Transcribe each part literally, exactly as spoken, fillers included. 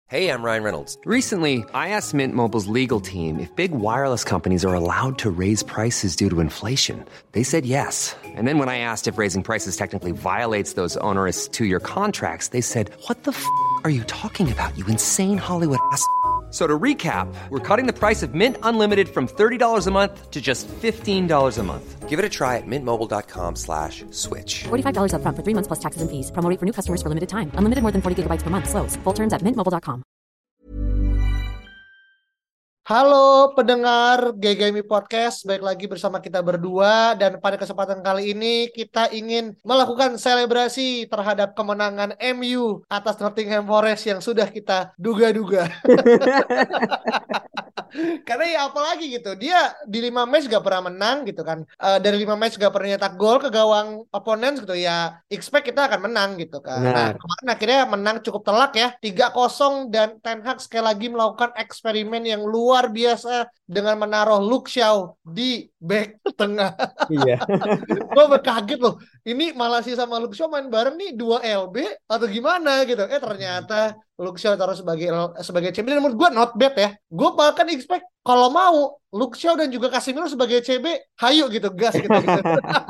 Hey, I'm Ryan Reynolds. Recently, I asked Mint Mobile's legal team if big wireless companies are allowed to raise prices due to inflation. They said yes. And then when I asked if raising prices technically violates those onerous two-year contracts, they said, "What the f*** are you talking about, you insane Hollywood ass?" So to recap, we're cutting the price of Mint Unlimited from thirty dollars a month to just fifteen dollars a month. Give it a try at mintmobile.com slash switch. forty-five dollars up front for three months plus taxes and fees. Promo rate for new customers for limited time. Unlimited more than forty gigabytes per month. Slows full terms at mint mobile dot com. Halo pendengar G G M I Podcast, baik lagi bersama kita berdua. Dan pada kesempatan kali ini kita ingin melakukan selebrasi terhadap kemenangan M U atas Nottingham Forest yang sudah kita duga-duga. Karena ya apalagi gitu, dia di lima match gak pernah menang gitu kan. uh, Dari lima match gak pernah nyetak gol ke gawang opponent gitu. Ya expect kita akan menang gitu kan. Nah, nah kemarin akhirnya menang cukup telak ya, tiga kosong. Dan Ten Hag sekali lagi melakukan eksperimen yang luar biasa dengan menaruh Luke Shaw di back tengah. Iya. Gue berkaget loh, ini malah sih sama Luke Shaw main bareng nih dua L B atau gimana gitu. Eh ternyata Luke Shaw taruh sebagai sebagai champion. Menurut gue not bad ya. Gue bahkan expect kalau mau Luke Shaw dan juga Casemiro sebagai C B, hayu gitu, gas gitu. gitu.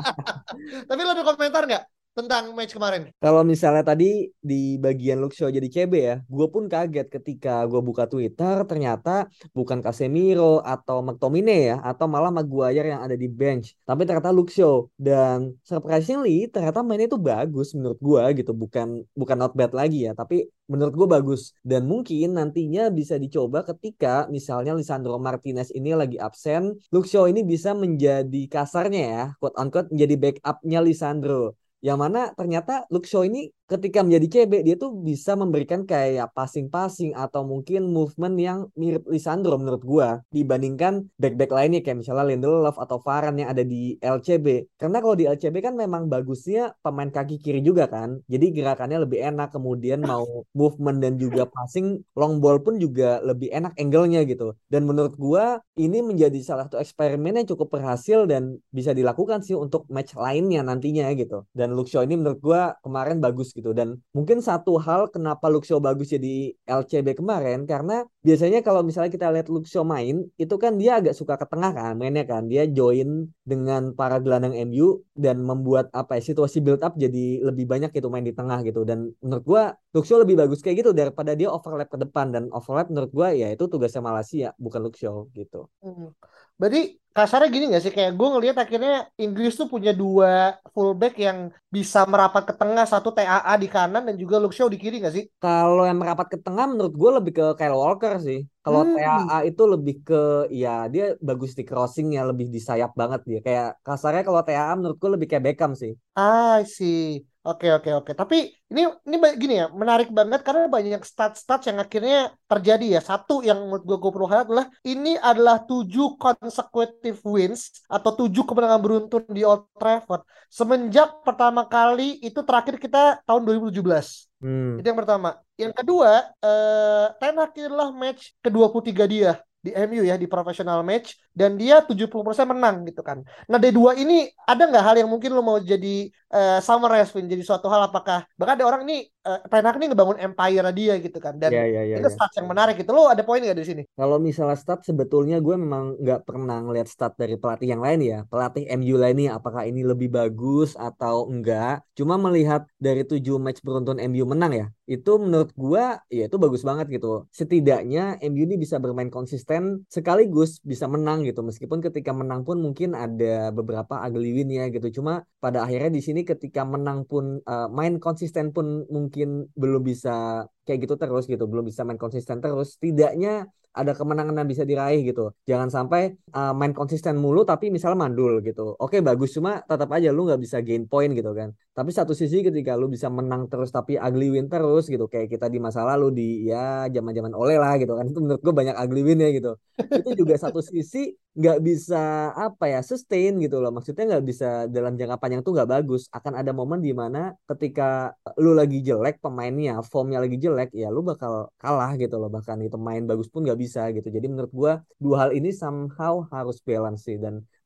Tapi lo ada komentar nggak tentang match kemarin? Kalau misalnya tadi di bagian Luke Shaw jadi C B ya, gue pun kaget ketika gue buka Twitter, ternyata bukan Casemiro atau McTominay ya, atau malah Maguire yang ada di bench, tapi ternyata Luke Shaw. Dan surprisingly ternyata mainnya itu bagus menurut gue gitu, bukan bukan not bad lagi ya, tapi menurut gue bagus. Dan mungkin nantinya bisa dicoba ketika misalnya Lisandro Martinez ini lagi absen, Luke Shaw ini bisa menjadi kasarnya ya, quote unquote menjadi backupnya Lisandro. Yang mana ternyata Luke Shaw ini ketika menjadi C B, dia tuh bisa memberikan kayak passing-passing atau mungkin movement yang mirip Lisandro menurut gua dibandingkan back-back lainnya kayak misalnya Lindelof atau Varane yang ada di L C B. Karena kalau di L C B kan memang bagusnya pemain kaki kiri juga kan. Jadi gerakannya lebih enak, kemudian mau movement dan juga passing long ball pun juga lebih enak angle-nya gitu. Dan menurut gua ini menjadi salah satu eksperimen yang cukup berhasil dan bisa dilakukan sih untuk match lainnya nantinya gitu. Dan Luke Shaw ini menurut gua kemarin bagus gitu. Dan mungkin satu hal kenapa Luke Shaw bagus jadi L C B kemarin, karena biasanya kalau misalnya kita lihat Luke Shaw main, itu kan dia agak suka ke tengah kan mainnya kan, dia join dengan para gelandang M U dan membuat apa ya, situasi build up jadi lebih banyak gitu main di tengah gitu. Dan menurut gua Luke Shaw lebih bagus kayak gitu daripada dia overlap ke depan, dan overlap menurut gua ya itu tugasnya Malaysia bukan Luke Shaw gitu. Hmm. Berarti kasarnya gini gak sih, kayak gue ngelihat akhirnya Inggris tuh punya dua fullback yang bisa merapat ke tengah, satu T A A di kanan dan juga Luke Shaw di kiri gak sih? Kalau yang merapat ke tengah menurut gue lebih ke Kyle Walker sih. Kalau Hmm. T A A itu lebih ke ya dia bagus di crossingnya, lebih di sayap banget dia. Kayak kasarnya kalau T A A menurut gue lebih kayak Beckham sih. Ah sih. Oke oke oke. Tapi ini ini ba- gini ya, menarik banget karena banyak stats-stats yang akhirnya terjadi ya. Satu yang menurut gue gue perlu highlight adalah ini adalah tujuh consecutive wins atau tujuh kemenangan beruntun di Old Trafford semenjak pertama kali itu terakhir kita tahun dua ribu tujuh belas. Hmm. Itu yang pertama. Yang kedua, eh Ten Hag ini adalah match ke dua puluh tiga dia di M U ya, di professional match, dan dia tujuh puluh persen menang gitu kan. Nah, D dua ini ada nggak hal yang mungkin lo mau jadi uh, summarize, Vin, jadi suatu hal, apakah bahkan ada orang ini uh, Ten Hag ini ngebangun empire dia gitu kan, dan Ya, ya, ya, itu ya. stats yang menarik gitu. Lo ada poin nggak di sini? Kalau misalnya stat, sebetulnya gue memang nggak pernah ngeliat stat dari pelatih yang lain ya. Pelatih M U lainnya apakah ini lebih bagus atau enggak. Cuma melihat dari tujuh match beruntun M U menang ya, itu menurut gue ya itu bagus banget gitu. Setidaknya M U ini bisa bermain konsisten sekaligus bisa menang gitu. Meskipun ketika menang pun mungkin ada beberapa ugly win ya gitu. Cuma pada akhirnya di sini ketika menang pun uh, main konsisten pun mungkin belum bisa kayak gitu terus gitu, belum bisa main konsisten terus. Setidaknya ada kemenangan yang bisa diraih gitu. Jangan sampai uh, main konsisten mulu tapi misalnya mandul gitu. Oke bagus, cuma tetap aja lu nggak bisa gain point gitu kan. Tapi satu sisi ketika lu bisa menang terus tapi ugly win terus gitu, kayak kita di masa lalu di ya zaman-zaman Ole lah gitu kan, itu menurut gue banyak ugly win ya gitu. Itu juga satu sisi nggak bisa apa ya sustain gitu loh. Maksudnya nggak bisa dalam jangka panjang tuh nggak bagus. Akan ada momen di mana ketika lu lagi jelek pemainnya, formnya lagi jelek, ya lu bakal kalah gitu loh. Bahkan itu main bagus pun nggak bisa gitu. Jadi menurut gua dua hal ini somehow harus balance sih. Dan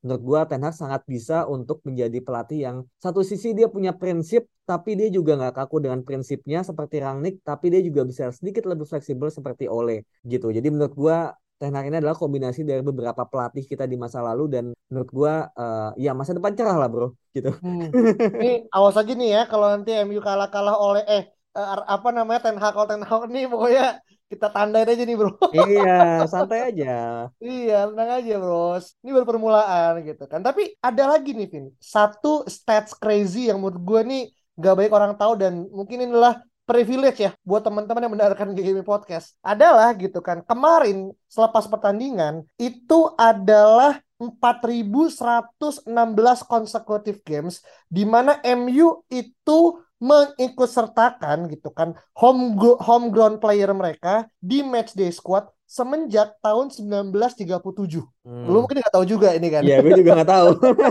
menurut gue Ten Hag sangat bisa untuk menjadi pelatih yang satu sisi dia punya prinsip, tapi dia juga nggak kaku dengan prinsipnya seperti Rangnick, tapi dia juga bisa sedikit lebih fleksibel seperti Ole gitu. Jadi menurut gue Ten Hag ini adalah kombinasi dari beberapa pelatih kita di masa lalu dan menurut gue uh, ya masa depan cerah lah bro gitu. Hmm. Ini awas aja nih ya kalau nanti M U kalah-kalah oleh eh eh, apa namanya Ten Hag kalau Ten Hag nih pokoknya kita tandain aja nih bro. Iya, santai aja. Iya, tenang aja bros. Ini baru permulaan gitu kan. Tapi ada lagi nih Vin. Satu stats crazy yang menurut gue nih gak baik orang tahu dan mungkin inilah privilege ya buat teman-teman yang mendengarkan G G M Podcast. Adalah gitu kan. Kemarin selepas pertandingan itu adalah empat ribu seratus enam belas consecutive games di mana M U itu mengikutsertakan gitu kan home homegrown player mereka di matchday squad semenjak tahun seribu sembilan ratus tiga puluh tujuh. Hmm. Lu mungkin nggak tahu juga ini kan? Iya, gue juga nggak tahu.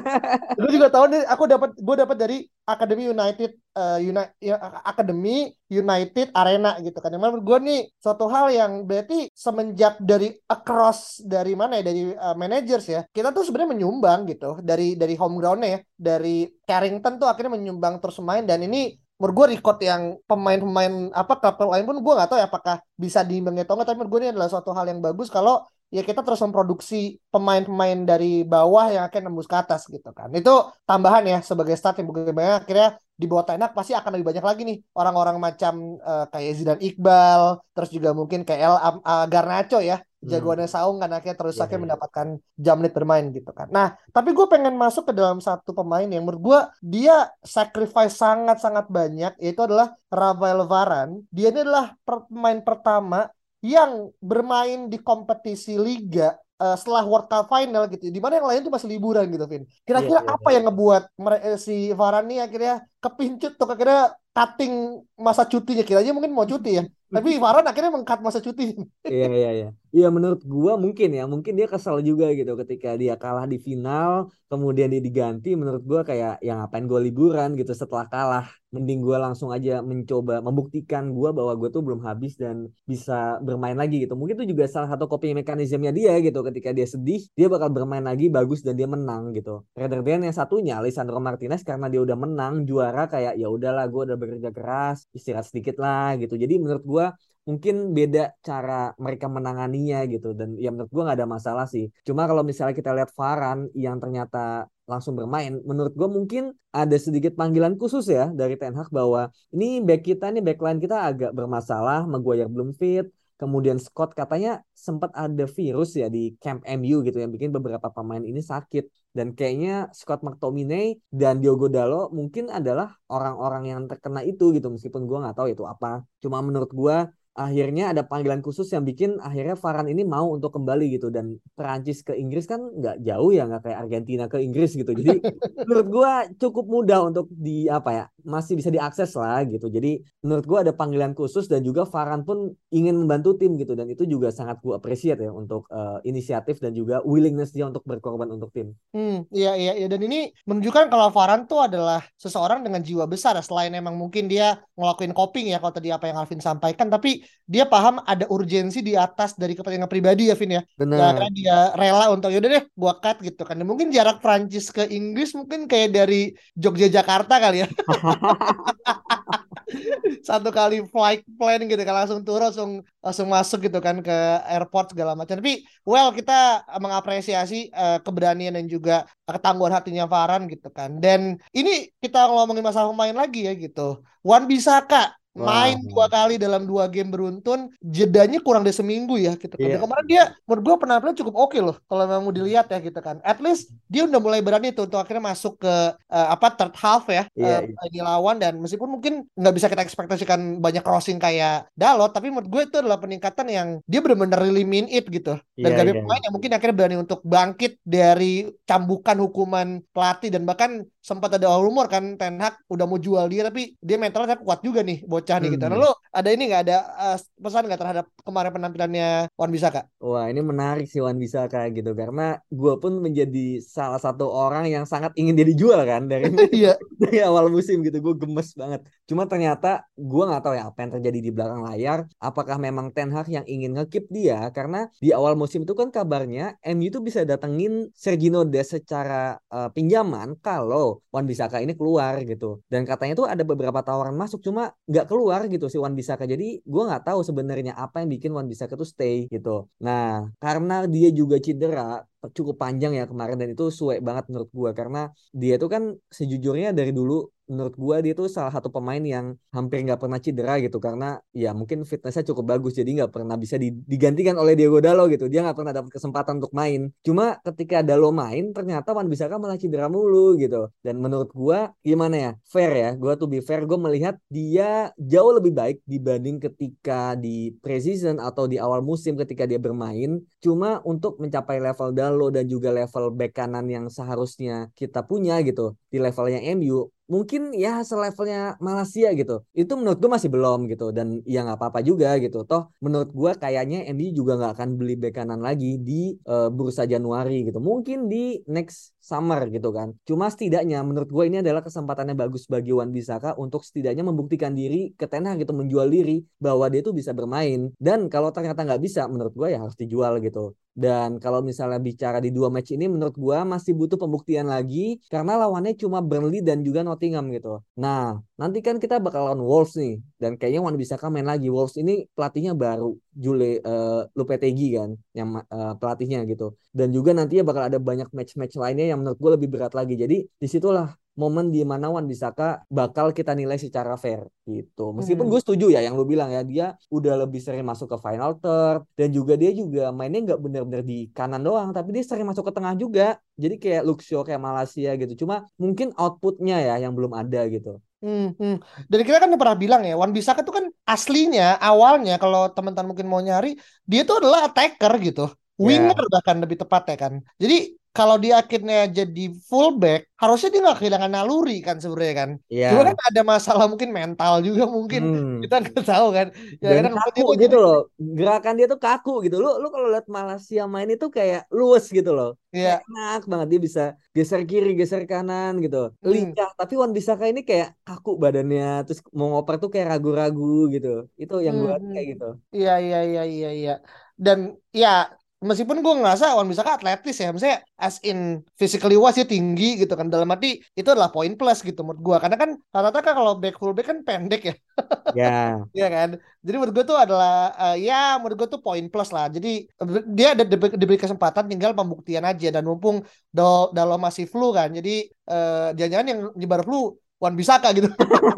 Gue juga tahu nih. Aku dapat, gue dapat dari Academy United, uh, Uni- Academy United Arena gitu kan. Yang menurut gue nih suatu hal yang berarti semenjak dari across dari mana ya dari uh, managers ya, kita tuh sebenarnya menyumbang gitu dari dari home ground-nya ya, dari Carrington tuh akhirnya menyumbang terus main dan ini menurut gue record yang pemain-pemain apa klub lain pun gue nggak tahu ya apakah bisa diimbangi atau enggak, tapi menurut gue ini adalah suatu hal yang bagus kalau ya kita terus memproduksi pemain-pemain dari bawah yang akan nembus ke atas gitu kan. Itu tambahan ya sebagai start yang bagaimana akhirnya di bawah Ten Hag pasti akan lebih banyak lagi nih orang-orang macam uh, kayak Zidane Iqbal, terus juga mungkin kayak El uh, Garnacho ya, jagoannya Saung kan akhirnya terus yeah, akhirnya yeah. mendapatkan jam menit bermain gitu kan. Nah, tapi gue pengen masuk ke dalam satu pemain yang menurut gue dia sacrifice sangat-sangat banyak, yaitu adalah Rafael Varane. Dia ini adalah pemain pertama yang bermain di kompetisi liga uh, setelah World Cup final gitu, di mana yang lain tuh masih liburan gitu, Vin. Kira-kira yeah, yeah, apa yeah. yang ngebuat mere- si Varane nih akhirnya kepincut tuh, akhirnya cutting masa cutinya, kiranya mungkin mau cuti ya, tapi Varane akhirnya meng-cut masa cuti. Iya iya iya. Iya menurut gua mungkin ya, mungkin dia kesal juga gitu ketika dia kalah di final, kemudian dia diganti. Menurut gua kayak yang ngapain gua liburan gitu setelah kalah. Mending gua langsung aja mencoba membuktikan gua bahwa gua tuh belum habis dan bisa bermain lagi gitu. Mungkin itu juga salah satu coping mekanismenya dia gitu. Ketika dia sedih, dia bakal bermain lagi bagus dan dia menang gitu. Rather than yang satunya Lisandro Martinez karena dia udah menang juara kayak ya udahlah gua udah bekerja keras, istirahat sedikit lah gitu. Jadi menurut gua mungkin beda cara mereka menanganinya gitu dan ya menurut gue nggak ada masalah sih. Cuma kalau misalnya kita lihat Varane yang ternyata langsung bermain, menurut gue mungkin ada sedikit panggilan khusus ya dari Ten Hag bahwa ini back kita nih backline kita agak bermasalah, Maguire belum fit. Kemudian Scott katanya sempat ada virus ya di camp M U gitu yang bikin beberapa pemain ini sakit. Dan kayaknya Scott McTominay dan Diogo Dalot mungkin adalah orang-orang yang terkena itu gitu. Meskipun gue gak tahu itu apa. Cuma menurut gue akhirnya ada panggilan khusus yang bikin akhirnya Varane ini mau untuk kembali gitu. Dan Perancis ke Inggris kan gak jauh ya, gak kayak Argentina ke Inggris gitu. Jadi menurut gue cukup mudah untuk di apa ya, masih bisa diakses lah gitu. Jadi menurut gue ada panggilan khusus dan juga Varane pun ingin membantu tim gitu. Dan itu juga sangat gue appreciate ya untuk uh, inisiatif dan juga willingness dia untuk berkorban untuk tim. Hmm, iya iya iya dan ini menunjukkan kalau Varane tuh adalah seseorang dengan jiwa besar selain emang mungkin dia ngelakuin coping ya kalau tadi apa yang Alvin sampaikan, tapi dia paham ada urgensi di atas dari kepentingan pribadi ya Vin ya. Benar. Ya karena dia rela untuk yaudah deh gua cut gitu kan. Dan mungkin jarak Prancis ke Inggris mungkin kayak dari Jogja Jakarta kali ya. Satu kali flight plan gitu kan langsung turun langsung langsung masuk gitu kan ke airport segala macam. Tapi well kita mengapresiasi uh, keberanian dan juga ketangguhan hatinya Varane gitu kan. Dan ini kita ngomongin masalah pemain lagi ya gitu. Wan-Bissaka main wow. dua kali dalam dua game beruntun, jedanya kurang dari seminggu ya gitu kan. Yeah. Dan kemarin dia menurut gue penampilan cukup oke okay loh kalau memang mau dilihat ya gitu kan. At least dia udah mulai berani tuh untuk akhirnya masuk ke uh, apa third half ya yeah, uh, yeah. di lawan, dan meskipun mungkin nggak bisa kita ekspektasikan banyak crossing kayak Dalot, tapi menurut gue itu adalah peningkatan yang dia benar-benar really mean it gitu. Dan yeah, gak ada yeah. pemain yang mungkin akhirnya berani untuk bangkit dari cambukan hukuman pelatih dan bahkan sempat ada rumor kan Ten Hag udah mau jual dia, tapi dia mentalnya kuat juga nih bocah nih gitu. Nah Hmm. lu ada ini nggak ada uh, pesan nggak terhadap kemarin penampilannya Wan-Bissaka? Wah, ini menarik sih Wan Bissaka gitu karena gue pun menjadi salah satu orang yang sangat ingin dia dijual kan dari Iya. dari awal musim gitu. Gue gemes banget. Cuma ternyata gue nggak tahu ya apa yang terjadi di belakang layar. Apakah memang Ten Hag yang ingin nge-keep dia karena di awal musim itu kan kabarnya M U itu bisa datengin Sergio Dest secara uh, pinjaman kalau Wan Bissaka ini keluar gitu. Dan katanya tuh ada beberapa tawaran masuk cuma nggak keluar gitu si Wan Bissaka. Jadi gue nggak tahu sebenarnya apa yang bikin Wan Bissaka tuh stay gitu. Nah, karena dia juga cedera cukup panjang ya kemarin dan itu suwe banget menurut gua karena dia tuh kan sejujurnya dari dulu menurut gua dia tuh salah satu pemain yang hampir nggak pernah cedera gitu karena ya mungkin fitnessnya cukup bagus jadi nggak pernah bisa digantikan oleh Diego Dalot gitu, dia nggak pernah dapat kesempatan untuk main. Cuma ketika Dalot main ternyata Wan Bissaka malah cedera mulu gitu dan menurut gua gimana ya, fair ya, gua tuh be fair, gua melihat dia jauh lebih baik dibanding ketika di preseason atau di awal musim ketika dia bermain. Cuma untuk mencapai level Dalot dan juga level bek kanan yang seharusnya kita punya gitu di levelnya M U mungkin ya selevelnya Malaysia gitu. Itu menurut gue masih belum gitu dan ya nggak apa-apa juga gitu. Toh menurut gue kayaknya M U juga nggak akan beli bek kanan lagi di uh, bursa Januari gitu. Mungkin di next summer gitu kan. Cuma setidaknya menurut gue ini adalah kesempatannya bagus bagi Wan Bissaka untuk setidaknya membuktikan diri ke Ten Hag gitu, menjual diri bahwa dia tuh bisa bermain. Dan kalau ternyata nggak bisa menurut gue ya harus dijual gitu. Dan kalau misalnya bicara di dua match ini menurut gue masih butuh pembuktian lagi karena lawannya cuma Burnley dan juga Nottingham gitu. Nah nanti kan kita bakal lawan Wolves nih dan kayaknya Wan Bissaka main lagi. Wolves ini pelatihnya baru Jule uh, Lopetegui kan yang uh, pelatihnya gitu. Dan juga nantinya bakal ada banyak match-match lainnya yang menurut gue lebih berat lagi. Jadi disitulah momen di mana Wan Bissaka bakal kita nilai secara fair gitu. Meskipun Hmm. gue setuju ya yang lu bilang ya, dia udah lebih sering masuk ke final third dan juga dia juga mainnya nggak benar-benar di kanan doang, tapi dia sering masuk ke tengah juga. Jadi kayak Luxio kayak Malaysia gitu. Cuma mungkin outputnya ya yang belum ada gitu. Hmm, hmm. Dan kita kan pernah bilang ya, Wan Bissaka tuh kan aslinya awalnya kalau teman-teman mungkin mau nyari, dia tuh adalah attacker gitu, winger Ya. bahkan lebih tepatnya kan. Jadi kalau dia akhirnya jadi fullback, harusnya dia nggak kehilangan naluri kan sebenarnya kan. Cuma kan Iya. ada masalah mungkin mental juga mungkin Hmm. kita nggak tahu kan. Ya Dan kan dia kaku tuh gitu jadi loh. Gerakan dia tuh kaku gitu. Lu lu kalau lihat Malaysia main itu kayak luwes gitu loh. Kayak ya. enak banget dia bisa geser kiri, geser kanan gitu. Hmm, Lincah, tapi Wan Bissaka ini kayak kaku badannya, terus mau ngoper tuh kayak ragu-ragu gitu. Itu yang hmm, gue hmm. kayak gitu. Iya iya iya iya iya. Dan ya meskipun gue ngerasa Wan Bissaka atletis ya, misalnya as in physically wise dia tinggi gitu kan, dalam arti itu adalah poin plus gitu menurut gue, karena kan rata-rata kan kalau back fullback kan pendek ya. Ya. Iya kan, jadi menurut gue tuh adalah uh, ya menurut gue tuh poin plus lah. Jadi uh, dia ada diberi, diberi kesempatan, tinggal pembuktian aja. Dan mumpung Dal Dalot masih flu kan, jadi uh, jangan-jangan yang nyebar flu Wan Bissaka gitu.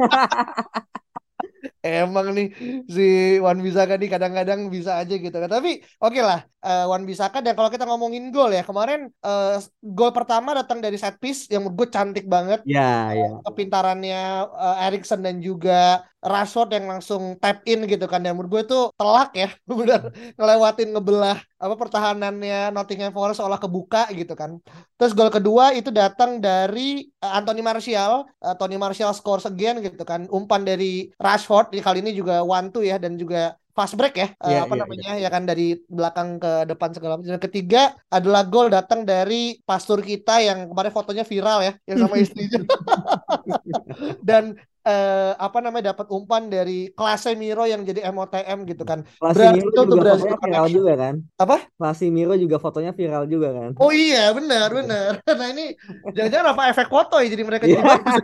Emang nih si Wan Bissaka nih kadang-kadang bisa aja gitu kan. Tapi oke okay lah, uh, Wan Bissaka. Dan kalau kita ngomongin gol ya, kemarin uh, gol pertama datang dari set piece yang menurut gue cantik banget. Ya, ya. Kepintarannya uh, Erikson dan juga Rashford yang langsung tap in gitu kan. Dan menurut gue itu telak ya, benar ngelewatin ngebelah apa pertahanannya Nottingham Forest seolah kebuka gitu kan. Terus gol kedua itu datang dari uh, Anthony Martial, uh, Tony Martial scores again gitu kan. Umpan dari Rashford di kali ini juga one two ya, dan juga fast break ya, uh, Ya, apa ya, ya. namanya ya kan, dari belakang ke depan segala macam. Dan ketiga adalah gol datang dari pastor kita yang kemarin fotonya viral ya, yang sama istrinya. Dan uh, apa namanya dapat umpan dari Casemiro yang jadi M O T M gitu kan. Casemiro Brazil to juga Brazil fotonya viral connection. juga kan? Apa? Casemiro juga fotonya viral juga kan? Oh iya benar benar. Nah ini jangan-jangan apa efek foto ya, jadi mereka jadi Iya. bagus.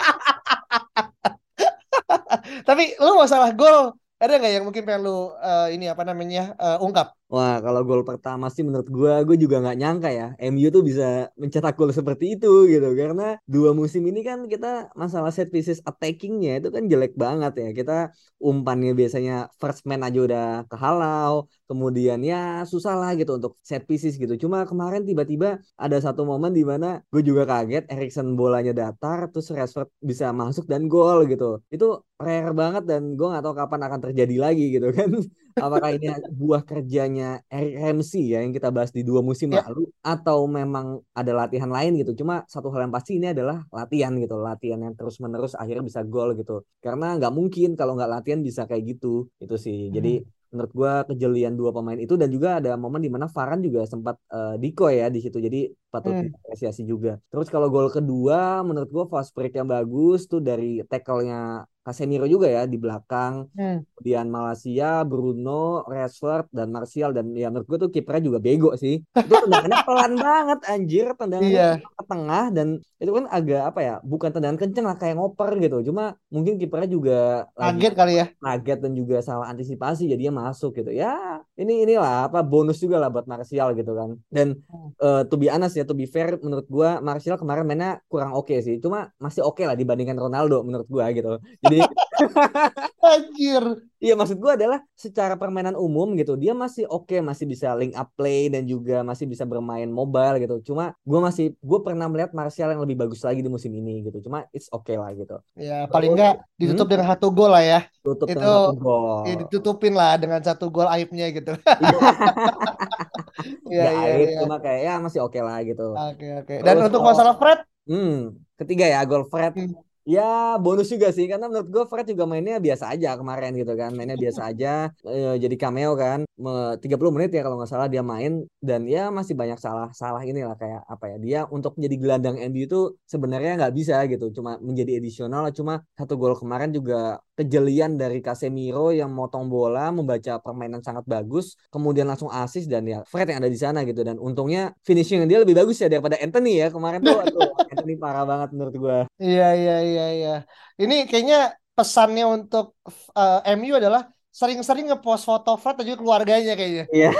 Tapi lu masalah gol ada nggak yang mungkin pengen lu uh, ini apa namanya uh, ungkap? Wah, kalau gol pertama sih menurut gue, gue juga nggak nyangka ya M U tuh bisa mencetak gol seperti itu gitu. Karena dua musim ini kan kita masalah set pieces attackingnya itu kan jelek banget ya. Kita umpannya biasanya first man aja udah kehalau. Kemudian ya susah lah gitu untuk set pieces gitu. Cuma kemarin tiba-tiba ada satu momen di mana gue juga kaget, Erikson bolanya datar, terus Rashford bisa masuk dan gol gitu. Itu rare banget dan gue nggak tahu kapan akan terjadi lagi gitu kan. apakah ini buah kerjanya Eric Ramsey ya yang kita bahas di dua musim Ya, lalu atau memang ada latihan lain gitu. Cuma satu hal yang pasti ini adalah latihan gitu, latihan yang terus-menerus akhirnya bisa gol gitu. Karena nggak mungkin kalau nggak latihan bisa kayak gitu. Itu sih. Jadi hmm. menurut gua kejelian dua pemain itu dan juga ada momen di mana Varane juga sempat uh, decoy ya di situ. Jadi patut Hmm. kita apresiasi juga. Terus kalau gol kedua menurut gua fast break yang bagus tuh dari tackle-nya Casemiro juga ya di belakang. Hmm. Kemudian Malaysia, Bruno, Rashford, dan Martial. Dan ya menurut gue tuh kipernya juga bego sih. Itu tendangannya pelan banget anjir. Tendangannya Iya, cuma ke tengah. Dan itu kan agak apa ya. Bukan tendangan kenceng lah kayak ngoper gitu. Cuma mungkin kipernya juga lagi kaget kali ya. kaget dan juga salah antisipasi. Jadinya masuk gitu. Ya ini inilah apa bonus juga lah buat Martial gitu kan. Dan Hmm. uh, to be honest ya, to be fair menurut gue Martial kemarin mainnya kurang oke okay sih. Cuma masih oke okay lah dibandingkan Ronaldo menurut gue gitu. Jadi Anjir. iya maksud gue adalah secara permainan umum gitu dia masih oke okay, masih bisa link up play dan juga masih bisa bermain mobile gitu. Cuma gue masih gue pernah melihat Martial yang lebih bagus lagi di musim ini gitu. Cuma it's okay lah gitu. Ya, paling Terus nggak hmm, ditutup dengan satu gol lah ya. tutup Itu dengan satu ya, gol. ditutupin lah dengan satu gol aibnya gitu. Iya, Gak iya, aib iya. cuma kayak ya masih oke okay lah gitu. Oke, oke. Dan Terus untuk kalau masalah Fred, hmm, ketiga ya gol Fred. hmm, Ya bonus juga sih karena menurut gue Fred juga mainnya biasa aja kemarin gitu kan mainnya biasa aja eh, jadi cameo kan Me- tiga puluh menit ya kalau nggak salah dia main dan ya masih banyak salah salah inilah kayak apa ya dia untuk menjadi gelandang M U itu sebenarnya nggak bisa gitu cuma menjadi edisional cuma satu gol kemarin juga kejelian dari Casemiro yang motong bola membaca permainan sangat bagus kemudian langsung assist dan ya Fred yang ada di sana gitu dan untungnya finishing dia lebih bagus ya daripada Anthony ya kemarin tuh aduh Anthony parah banget menurut gue. iya, iya, iya, iya. Ini kayaknya pesannya untuk uh, M U adalah sering-sering ngepost foto Fred dan juga keluarganya kayaknya. Iya.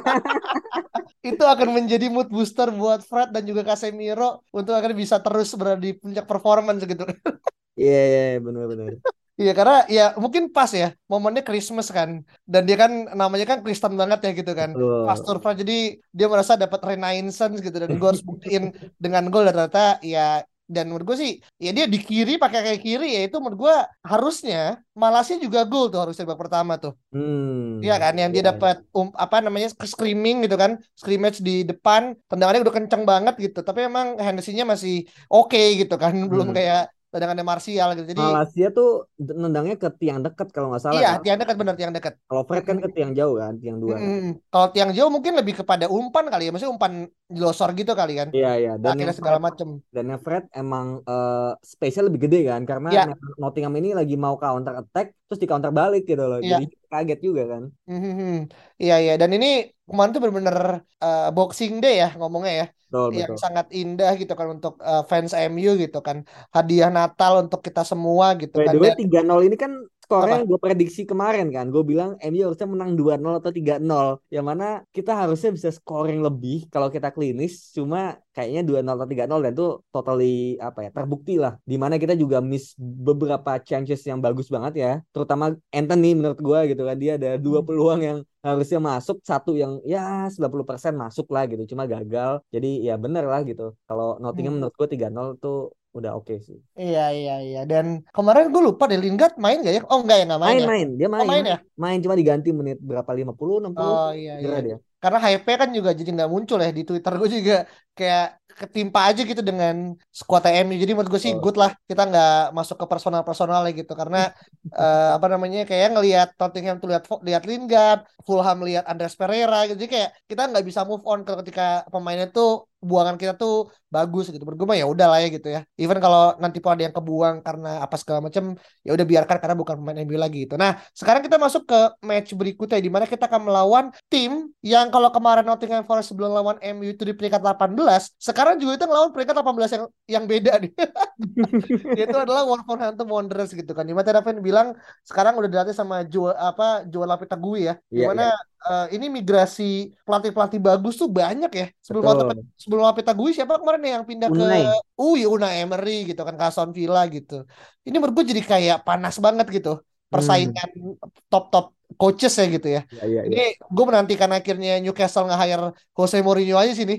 Itu akan menjadi mood booster buat Fred dan juga Casemiro untuk akan bisa terus berada di puncak performance gitu. Iya, iya, iya, benar-benar. Iya karena ya mungkin pas ya momennya Christmas kan dan dia kan namanya kan Kristen banget ya gitu kan Betul. Pastor Fred jadi dia merasa dapat renaissance gitu dan gue harus buktiin dengan gol dan ternyata ya dan menurut gue sih ya dia di kiri pakai kayak kiri ya itu menurut gue harusnya Malaysia juga gol tuh harusnya babak pertama tuh. Iya Hmm. kan yang dia Iya, dapat um, apa namanya screaming gitu kan scrimmage di depan tendangannya udah kenceng banget gitu tapi emang Hennessy-nya masih oke gitu kan belum Hmm. kayak tendangannya Martial gitu jadi Malaysia tuh nendangnya ke tiang dekat kalau nggak salah iya kan. tiang dekat bener tiang dekat. Kalau Fred kan ke tiang jauh kan, tiang dua kan. Mm-mm. Kalau tiang jauh mungkin lebih kepada umpan kali ya maksudnya umpan jelosor gitu kali kan Iya, iya. Dan yang akhirnya segala Fred macem. dan yang Fred emang uh, space-nya lebih gede kan karena Iya, memang Nottingham ini lagi mau counter attack terus di counter balik gitu loh. Jadi iya. kaget juga kan. Mhm. Iya, iya. Dan ini kemarin tuh bener-bener uh, Boxing Day ya ngomongnya ya. Betul, Yang betul. sangat indah gitu kan untuk uh, fans M U gitu kan. Hadiah Natal untuk kita semua gitu By kan. the way Dan tiga nol ini kan skornya apa? yang gue prediksi kemarin kan. Gue bilang M U harusnya menang dua nol atau tiga nol. Yang mana kita harusnya bisa scoring lebih kalau kita klinis. Cuma kayaknya dua nol atau tiga nol dan itu totally apa ya terbukti lah. Dimana kita juga miss beberapa chances yang bagus banget ya. Terutama Anthony menurut gue gitu kan. Dia ada dua Hmm. peluang yang harusnya masuk. Satu yang ya sembilan puluh persen masuk lah gitu. Cuma gagal. Jadi ya bener lah gitu. Kalau Nottingham Hmm. menurut gue tiga nol tuh udah oke okay sih. Iya, iya, iya. Dan kemarin gue lupa deh Lingard main gak ya? Oh enggak ya, nggak main ya? Main-main, dia Oh main, main main, ya? main cuma diganti menit berapa lima puluh, enam puluh Oh iya, cedera iya. dia. Karena hype-nya kan juga jadi nggak muncul ya di Twitter gue juga kayak ketimpa aja gitu dengan skuad M U. Jadi menurut gue sih Oh. good lah kita nggak masuk ke personal-personalnya gitu karena eh, apa namanya kayak ngelihat Tottenham tuh lihat lihat Lingard, Fulham lihat Andreas Pereira gitu. Jadi kayak kita nggak bisa move on kalau ketika pemainnya tuh buangan kita tuh bagus gitu. Menurut gue mah ya udah lah ya gitu ya. Even kalau nanti pun ada yang kebuang karena apa segala macam ya udah biarkan karena bukan pemain M U lagi gitu. Nah, sekarang kita masuk ke match berikutnya di mana kita akan melawan tim yang kalau kemarin Nottingham Forest sebelum lawan M U itu di peringkat delapan belas, sekarang juga itu ngelawan peringkat delapan belas yang yang beda nih. Yaitu adalah Wolverhampton Wanderers gitu kan. Dimana Raven bilang sekarang udah dilatih sama Joel apa Joel Lapitagui ya. Iya, iya, Dimana uh, ini migrasi pelatih-pelatih bagus tuh banyak ya. Sebelum waktu betul. sebelum Lapitagui siapa kemarin nih yang pindah ke Unai. Uh, ya Unai Emery gitu kan ke Aston Villa gitu. Ini menurut gue jadi kayak panas banget gitu Hmm. persaingan top-top coaches ya gitu ya. Iya, iya, Ini iya. gue menantikan akhirnya Newcastle nge-hire Jose Mourinho aja sini.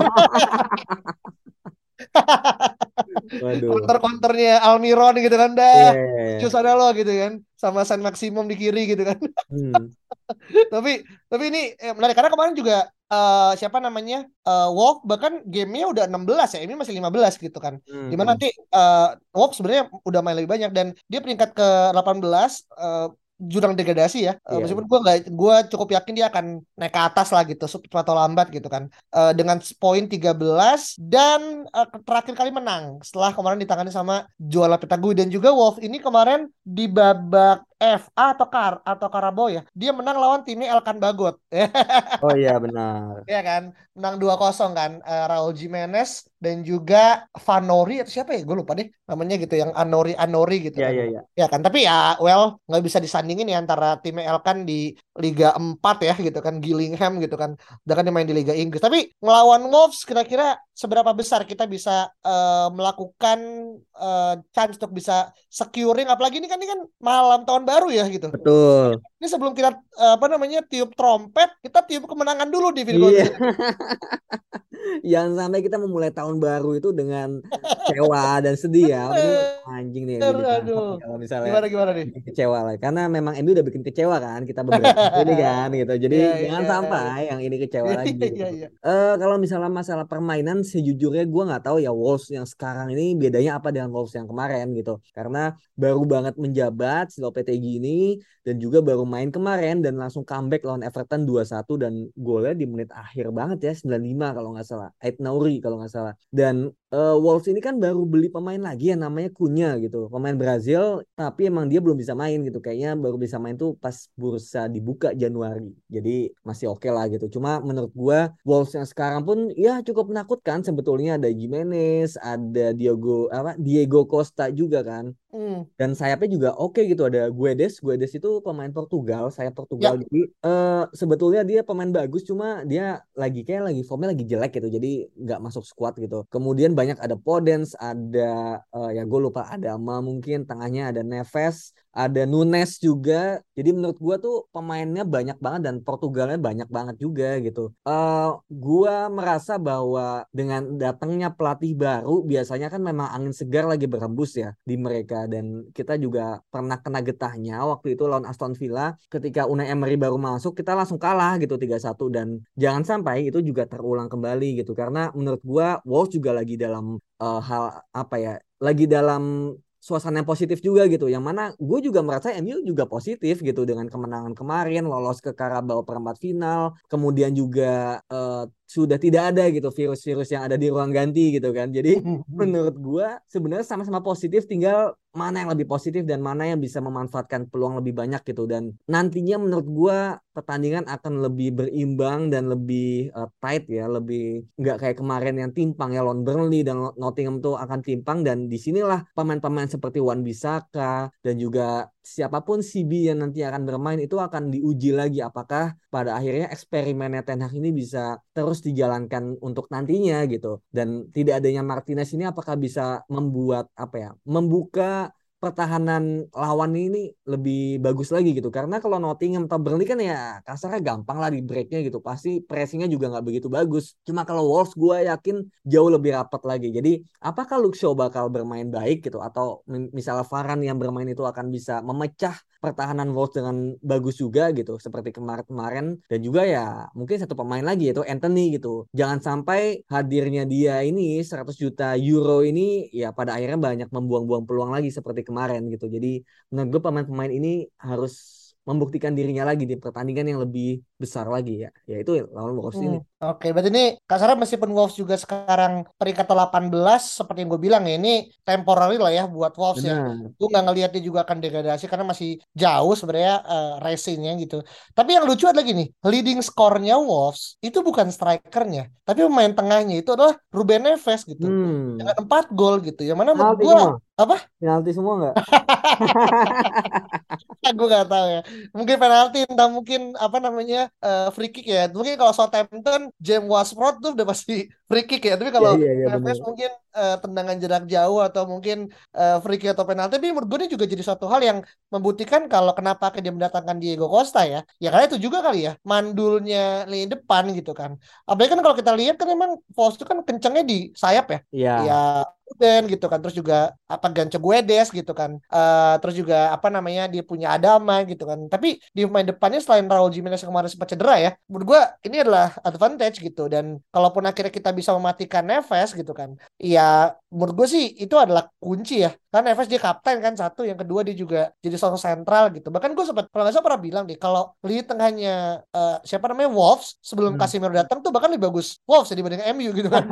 Waduh. Counter-counternya Almiron gitu kan Iya, dah. iya, iya. Jus ada lo gitu kan. Sama Saint Maximum di kiri gitu kan. Hmm. Tapi tapi ini eh, menarik karena kemarin juga eh, siapa namanya eh, Wolf bahkan gamenya udah enam belas ya, ini masih lima belas gitu kan. Dimana Hmm. nanti eh, Wolf sebenarnya udah main lebih banyak dan dia peringkat ke delapan belas eh, jurang degradasi ya. Eh, Iya, meskipun iya. gue nggak, gue cukup yakin dia akan naik ke atas lah gitu, cepat atau lambat gitu kan. Eh, dengan poin tiga belas dan eh, terakhir kali menang setelah kemarin ditangani sama Juara Pitagui dan juga Wolf ini kemarin di babak F A atau Kar atau Karabo ya. Dia menang lawan timnya Elkan Bagot. Oh iya benar. Ya kan, menang dua kosong kan. Eh, Raul Jimenez dan juga Vanori atau siapa ya? Gue lupa deh namanya gitu yang Anori Anori gitu Iya, kan. iya, iya. Ya kan, tapi ya well nggak bisa disandingin ya antara tim Elkan di Liga empat ya gitu kan, Gillingham gitu kan. Sedangkan dia main di Liga Inggris. Tapi ngelawan Wolves kira-kira seberapa besar kita bisa eh, melakukan eh, chance untuk bisa securing, apalagi ini kan ini kan malam tahun baru ya gitu. Betul. Ini sebelum kita eh, apa namanya tiup trompet, kita tiup kemenangan dulu di Virgo Iya. Indonesia. Jangan sampai kita memulai tahun baru itu dengan kecewa dan sedih ya. Ini anjing nih M U Bener, ditangkap aduh. nih kalau misalnya Gimana gimana nih? bikin kecewa lah. Karena memang M U udah bikin kecewa kan kita beberapa waktu ini kan gitu. Jadi Iya, jangan iya, sampai yang ini kecewa iya, lagi iya, gitu. iya, iya. Eh kalau misalnya masalah permainan sejujurnya gue nggak tahu ya Wolves yang sekarang ini bedanya apa dengan Wolves yang kemarin gitu. Karena baru banget menjabat si Lopetegui ini dan juga baru main kemarin dan langsung comeback lawan Everton dua satu dan golnya di menit akhir banget ya sembilan puluh lima kalau nggak salah. Ait Nauri kalau nggak salah. Dan uh, Wolves ini kan baru beli pemain lagi yang namanya Cunha gitu. Pemain Brazil tapi emang dia belum bisa main gitu. Kayaknya baru bisa main tuh pas bursa dibuka Januari. Jadi masih oke okay lah gitu. Cuma menurut gua Wolves yang sekarang pun ya cukup menakutkan sebetulnya ada Jimenez, ada Diogo apa Diego Costa juga kan. Hmm. Dan sayapnya juga oke gitu ada Guedes. Guedes itu pemain Portugal, sayap Portugal. Ya, Jadi eh, sebetulnya dia pemain bagus cuma dia lagi kayak lagi formnya lagi jelek gitu. Jadi nggak masuk squad gitu. Kemudian banyak ada Podence, ada eh, ya gue lupa ada ama mungkin tengahnya ada Neves, ada Nunes juga. Jadi menurut gue tuh pemainnya banyak banget dan Portugalnya banyak banget juga gitu. Eh gue merasa bahwa dengan datangnya pelatih baru biasanya kan memang angin segar lagi berhembus ya di mereka dan kita juga pernah kena getahnya waktu itu lawan Aston Villa ketika Unai Emery baru masuk kita langsung kalah gitu tiga satu dan jangan sampai itu juga terulang kembali gitu karena menurut gue Wolves juga lagi dalam uh, hal apa ya lagi dalam suasana yang positif juga gitu yang mana gue juga merasa M U juga positif gitu dengan kemenangan kemarin lolos ke Carabao perempat final kemudian juga uh, sudah tidak ada gitu virus-virus yang ada di ruang ganti gitu kan jadi menurut gue sebenarnya sama-sama positif tinggal mana yang lebih positif dan mana yang bisa memanfaatkan peluang lebih banyak gitu dan nantinya menurut gue pertandingan akan lebih berimbang dan lebih uh, tight ya lebih nggak kayak kemarin yang timpang ya lawan Burnley dan Nottingham tuh akan timpang dan disinilah pemain-pemain seperti Wan Bissaka dan juga siapapun C B yang nanti akan bermain itu akan diuji lagi apakah pada akhirnya eksperimennya Ten Hag ini bisa terus dijalankan untuk nantinya gitu dan tidak adanya Martinez ini apakah bisa membuat apa ya membuka pertahanan lawan ini lebih bagus lagi gitu karena kalau Nottingham atau Burnley kan ya kasarnya gampang lah di breaknya gitu pasti pressingnya juga nggak begitu bagus cuma kalau Wolves gue yakin jauh lebih rapat lagi jadi apakah Luke Shaw bakal bermain baik gitu atau misalnya Varane yang bermain itu akan bisa memecah pertahanan Wolves dengan bagus juga gitu seperti kemarin-kemarin dan juga ya mungkin satu pemain lagi yaitu Anthony gitu jangan sampai hadirnya dia ini seratus juta euro ini ya pada akhirnya banyak membuang-buang peluang lagi seperti kemarin gitu jadi menurut gue pemain-pemain ini harus membuktikan dirinya lagi di pertandingan yang lebih besar lagi ya yaitu lawan Wolves hmm. ini. Oke, berarti ini kasarnya meskipun Wolves juga sekarang peringkat delapan belas seperti yang gue bilang ya ini temporary lah ya buat Wolves ya. Benar. Gue nggak ngelihat dia juga akan degradasi karena masih jauh sebenarnya uh, racingnya gitu. Tapi yang lucu adalah gini, leading skornya Wolves itu bukan strikernya, tapi pemain tengahnya itu adalah Ruben Neves gitu. Hmm. Dengan empat gol gitu. Yang mana menurut Penalti gue semua. apa? Penalti semua nggak? Gue gak tahu ya. Mungkin penalti, entah mungkin apa namanya uh, free kick ya. Mungkin kalau Southampton, James Ward-Prowse tuh udah pasti free kick ya. Tapi Iya kalau iya iya benar. Neves mungkin eh, tendangan jarak jauh atau mungkin eh, free kick atau penalti. Tapi menurut gue ini juga jadi suatu hal yang membuktikan kalau kenapa dia mendatangkan Diego Costa ya. Ya karena itu juga kali ya, mandulnya lini depan gitu kan. Apalagi kan kalau kita lihat kan memang Wolves itu kan kencengnya di sayap ya. Iya. Ya Foden gitu kan, terus juga apa Gancho Guedes gitu kan. Eh, terus juga apa namanya dia punya Adama gitu kan. Tapi di pemain depannya selain Raul Jimenez yang kemarin sempat cedera ya, menurut gue ini adalah advantage gitu. Dan kalaupun akhirnya kita bisa mematikan Neves gitu kan, ya menurut gue sih itu adalah kunci ya. Kan Neves dia kapten kan satu, yang kedua dia juga jadi sosok sentral gitu. Bahkan gue sempat kalau nggak salah pernah bilang deh kalau lini tengahnya eh, siapa namanya Wolves sebelum Hmm. Casemiro datang tuh bahkan lebih bagus Wolves ya dibanding M U gitu kan.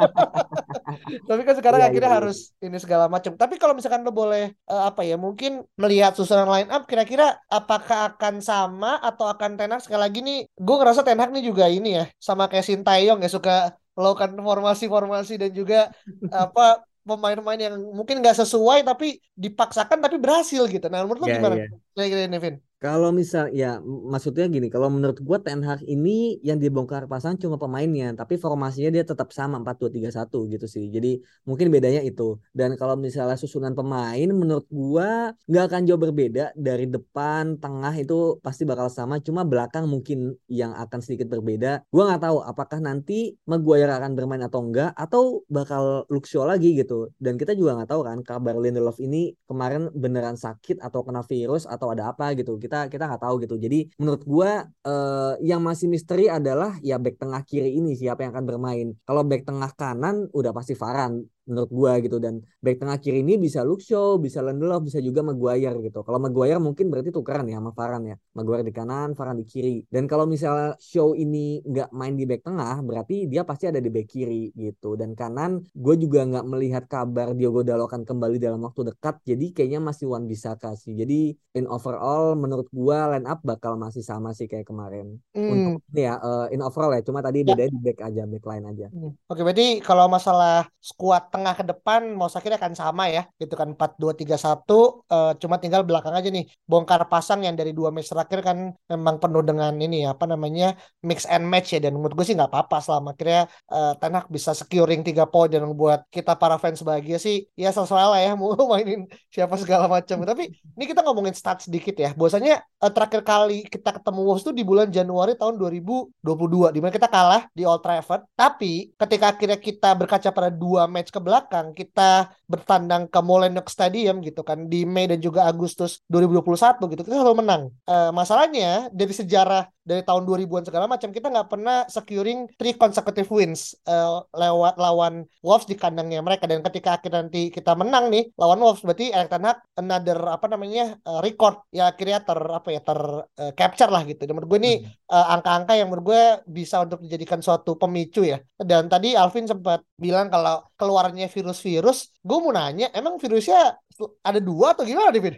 Tapi kan sekarang Iya iya akhirnya iya. harus ini segala macam. Tapi kalau misalkan lo boleh eh, apa ya mungkin melihat susunan line up kira-kira apakah akan sama atau akan Ten Hag sekali lagi nih. Gue ngerasa Ten Hag nih juga ini ya sama kayak Sintayong ya suka melakukan formasi-formasi dan juga apa pemain-pemain yang mungkin nggak sesuai tapi dipaksakan tapi berhasil gitu. Nah menurut lo Iya gimana? iya. Kira-kira Nevin? Kalau misal ya m- maksudnya gini, kalau menurut gua Ten Hag ini yang dibongkar pasang cuma pemainnya, tapi formasinya dia tetap sama empat dua tiga satu gitu sih. Jadi mungkin bedanya itu. Dan kalau misalnya susunan pemain menurut gua nggak akan jauh berbeda dari depan, tengah itu pasti bakal sama, cuma belakang mungkin yang akan sedikit berbeda. Gua nggak tahu apakah nanti Maguire akan bermain atau enggak atau bakal Luke Shaw lagi gitu. Dan kita juga nggak tahu kan kabar Lindelof ini kemarin beneran sakit atau kena virus atau ada apa gitu. Kita kita nggak tahu gitu. Jadi menurut gua eh, yang masih misteri adalah ya back tengah kiri ini siapa yang akan bermain. Kalau back tengah kanan udah pasti Varane menurut gua gitu, dan back tengah kiri ini bisa Luke Shaw, bisa Lindelof, bisa juga Maguire gitu. Kalau Maguire mungkin berarti tukeran ya sama Varane ya. Maguire di kanan, Varane di kiri. Dan kalau misalnya Shaw ini nggak main di back tengah, berarti dia pasti ada di back kiri gitu. Dan kanan, gue juga nggak melihat kabar Diogo Dalot akan kembali dalam waktu dekat. Jadi kayaknya masih Wan Bissaka sih. Jadi in overall menurut gue line up bakal masih sama sih kayak kemarin. Hmm. Untuk ini ya, uh, in overall ya. Cuma tadi Ya. bedanya di back aja, back line aja. Hmm. Oke, berarti kalau masalah skuad tengah ke depan mau akhirnya akan sama ya. Gitu kan empat dua tiga satu eh, cuma tinggal belakang aja nih. Bongkar pasang yang dari dua match terakhir kan memang penuh dengan ini ya, apa namanya? Mix and match ya, dan menurut gue sih nggak apa-apa selama akhirnya eh, Ten Hag bisa securing tiga poin dan membuat kita para fans bahagia sih. Ya sesuai lah ya mau mainin siapa segala macam. Tapi ini kita ngomongin stats sedikit ya. Bahwasanya eh, terakhir kali kita ketemu Wolves itu di bulan Januari tahun dua ribu dua puluh dua di mana kita kalah di Old Trafford. Tapi ketika akhirnya kita berkaca pada dua match ke belakang, kita bertandang ke Molineux Stadium gitu kan di Mei dan juga Agustus dua ribu dua puluh satu gitu, kita selalu menang. Eh, masalahnya dari sejarah dari tahun dua ribuan segala macam kita nggak pernah securing three consecutive wins eh, lewat lawan Wolves di kandangnya mereka, dan ketika akhirnya nanti kita menang nih lawan Wolves berarti Erik ten Hag another apa namanya eh, record ya akhirnya ter apa ya ter eh, capture lah gitu. Dan menurut gue ini eh, angka-angka yang menurut gue bisa untuk dijadikan suatu pemicu ya. Dan tadi Alvin sempat bilang kalau keluarnya virus-virus, gue mau nanya emang virusnya ada dua atau gimana nih Vin?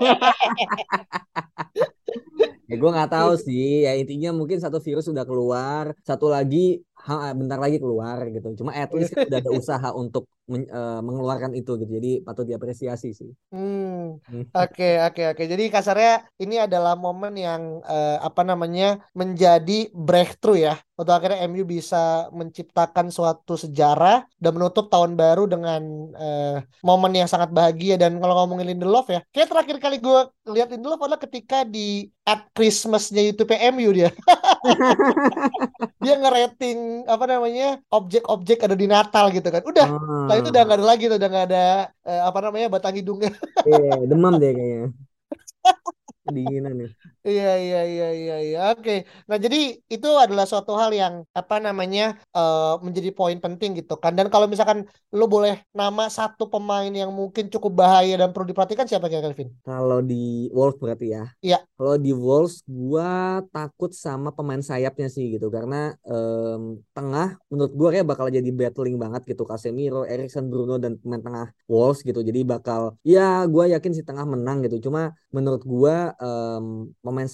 Ya gue nggak tahu sih. Ya intinya mungkin satu virus sudah keluar, satu lagi ha, bentar lagi keluar gitu. Cuma at least kan udah ada usaha untuk men- eh, mengeluarkan itu gitu. Jadi patut diapresiasi sih. Hmm, Hmm. oke oke oke. Jadi kasarnya ini adalah momen yang eh, apa namanya menjadi breakthrough ya. Untuk akhirnya M U bisa menciptakan suatu sejarah dan menutup tahun baru dengan eh, momen yang sangat bahagia. Dan kalau ngomongin Lindelof ya, kayak terakhir kali gue lihat Lindelof adalah ketika di at Christmasnya YouTube M U dia. Dia ngerating apa namanya objek-objek ada di Natal gitu kan. Udah, setelah itu udah Hmm. nggak ada lagi tuh, udah nggak ada eh, apa namanya batang hidungnya. Eh, demam deh kayaknya. Kedinginan nih. Iya iya iya iya iya. Oke. Nah, jadi itu adalah suatu hal yang apa namanya eh, menjadi poin penting gitu kan. Dan kalau misalkan lo boleh nama satu pemain yang mungkin cukup bahaya dan perlu diperhatikan siapa kira Kelvin? Kalau di Wolves berarti ya. Iya. Kalau di Wolves gua takut sama pemain sayapnya sih gitu, karena em, tengah menurut gua kayak bakal jadi battling banget gitu, Casemiro, Eriksen, Bruno dan pemain tengah Wolves gitu. Jadi bakal ya gua yakin si tengah menang gitu. Cuma menurut gua em, pemain sayap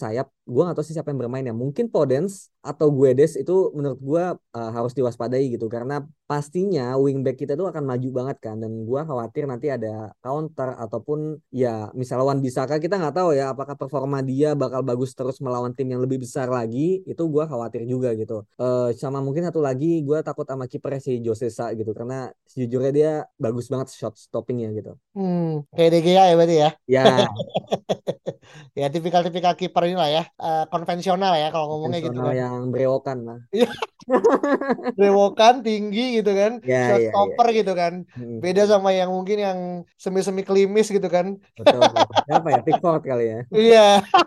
gue nggak tahu sih siapa yang bermain ya. Mungkin Podence atau Guedes itu menurut gue uh, harus diwaspadai gitu. Karena pastinya wingback kita itu akan maju banget kan. Dan gue khawatir nanti ada counter ataupun ya misalnya Wan-Bissaka kita nggak tahu ya apakah performa dia bakal bagus terus melawan tim yang lebih besar lagi. Itu gue khawatir juga gitu. Uh, sama mungkin satu lagi gue takut sama kipernya si Josesa gitu. Karena sejujurnya dia bagus banget shot stoppingnya gitu. Hmm, kayak De Gea ya berarti ya. Ya. Ya tipikal-tipikal kiper inilah ya, uh, konvensional ya kalau ngomongnya gitu kan. Yang brewokan lah. Brewokan tinggi gitu kan, ya, showstopper ya, ya. gitu kan. Hmm. Beda sama yang mungkin yang semi-semi klimis gitu kan. Betul. Siapa ya? Pickford kali ya. Iya.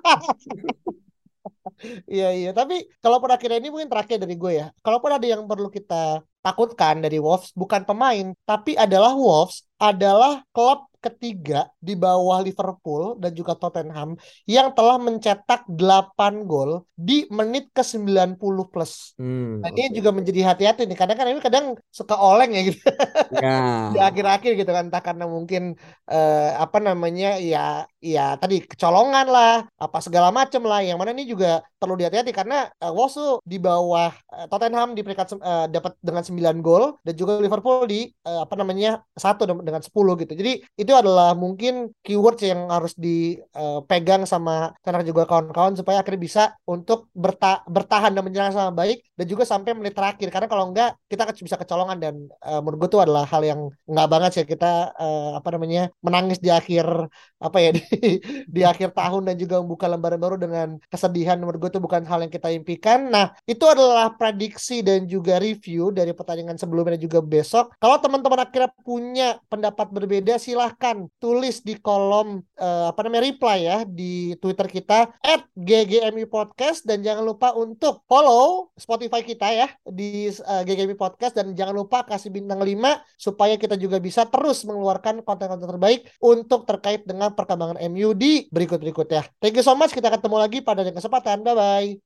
Iya iya, tapi kalaupun akhirnya ini mungkin terakhir dari gue ya. Kalaupun ada yang perlu kita takutkan dari Wolves, bukan pemain, tapi adalah Wolves adalah klub ketiga di bawah Liverpool dan juga Tottenham yang telah mencetak delapan gol di menit ke sembilan puluh plus. Hmm, nah, okay. Ini juga menjadi hati-hati nih. Kadang kan ini kadang suka oleng ya gitu. Yeah. Di akhir-akhir gitu kan, entah karena mungkin uh, apa namanya ya ya tadi kecolongan lah, apa segala macam lah. Yang mana ini juga perlu dihati-hati karena uh, Wolves tuh di bawah uh, Tottenham di peringkat uh, dapat dengan sembilan gol dan juga Liverpool di uh, apa namanya satu dengan sepuluh gitu. Jadi itu adalah mungkin keywords yang harus dipegang uh, sama karena juga kawan-kawan supaya akhirnya bisa untuk berta- bertahan dan menyerang sama baik dan juga sampai menit terakhir. Karena kalau enggak kita bisa kecolongan dan uh, menurut gue itu adalah hal yang enggak banget sih kita uh, apa namanya menangis di akhir apa ya di, di akhir tahun dan juga membuka lembaran baru dengan kesedihan. Menurut gue itu bukan hal yang kita impikan. Nah, itu adalah prediksi dan juga review dari pertandingan sebelumnya dan juga besok. Kalau teman-teman akhirnya punya pendapat berbeda silahkan tulis di kolom uh, apa namanya reply ya di Twitter kita at G G M I Podcast dan jangan lupa untuk follow Spotify kita ya di uh, G G M I Podcast dan jangan lupa kasih bintang lima supaya kita juga bisa terus mengeluarkan konten-konten terbaik untuk terkait dengan perkembangan M U di berikut-berikutnya. Thank you so much. Kita ketemu lagi pada kesempatan. Bye-bye.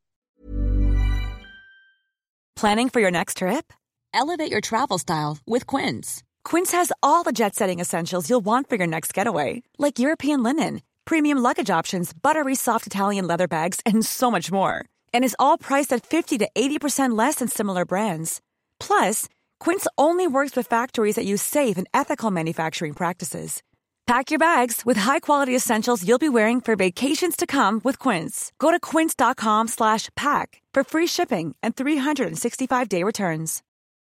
Planning for your next trip? Elevate your travel style with Quince. Quince has all the jet-setting essentials you'll want for your next getaway, like European linen, premium luggage options, buttery soft Italian leather bags, and so much more. And is all priced at fifty to eighty percent less than similar brands. Plus, Quince only works with factories that use safe and ethical manufacturing practices. Pack your bags with high-quality essentials you'll be wearing for vacations to come with Quince. Go to quince.com slash pack for free shipping and three sixty-five day returns.